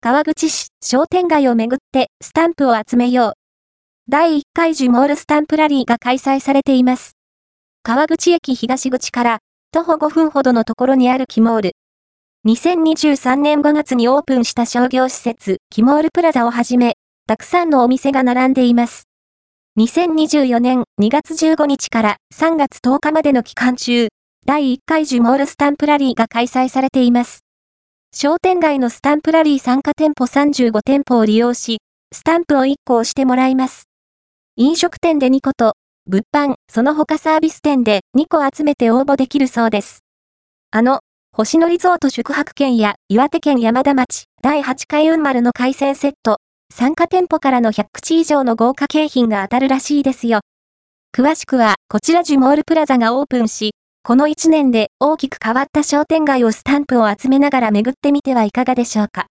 川口市商店街をめぐってスタンプを集めよう。第1回ジュモールスタンプラリーが開催されています。川口駅東口から徒歩5分ほどのところにあるキモール。2023年5月にオープンした商業施設キモールプラザをはじめ、たくさんのお店が並んでいます。2024年2月15日から3月10日までの期間中、第1回ジュモールスタンプラリーが開催されています。商店街のスタンプラリー参加店舗35店舗を利用し、スタンプを1個押してもらいます。飲食店で2個と、物販、その他サービス店で2個集めて応募できるそうです。星野リゾート宿泊券や岩手県山田町第8回運丸の海鮮セット、参加店舗からの100口以上の豪華景品が当たるらしいですよ。詳しくは、こちらジュモールプラザがオープンし、この1年で大きく変わった商店街をスタンプを集めながら巡ってみてはいかがでしょうか。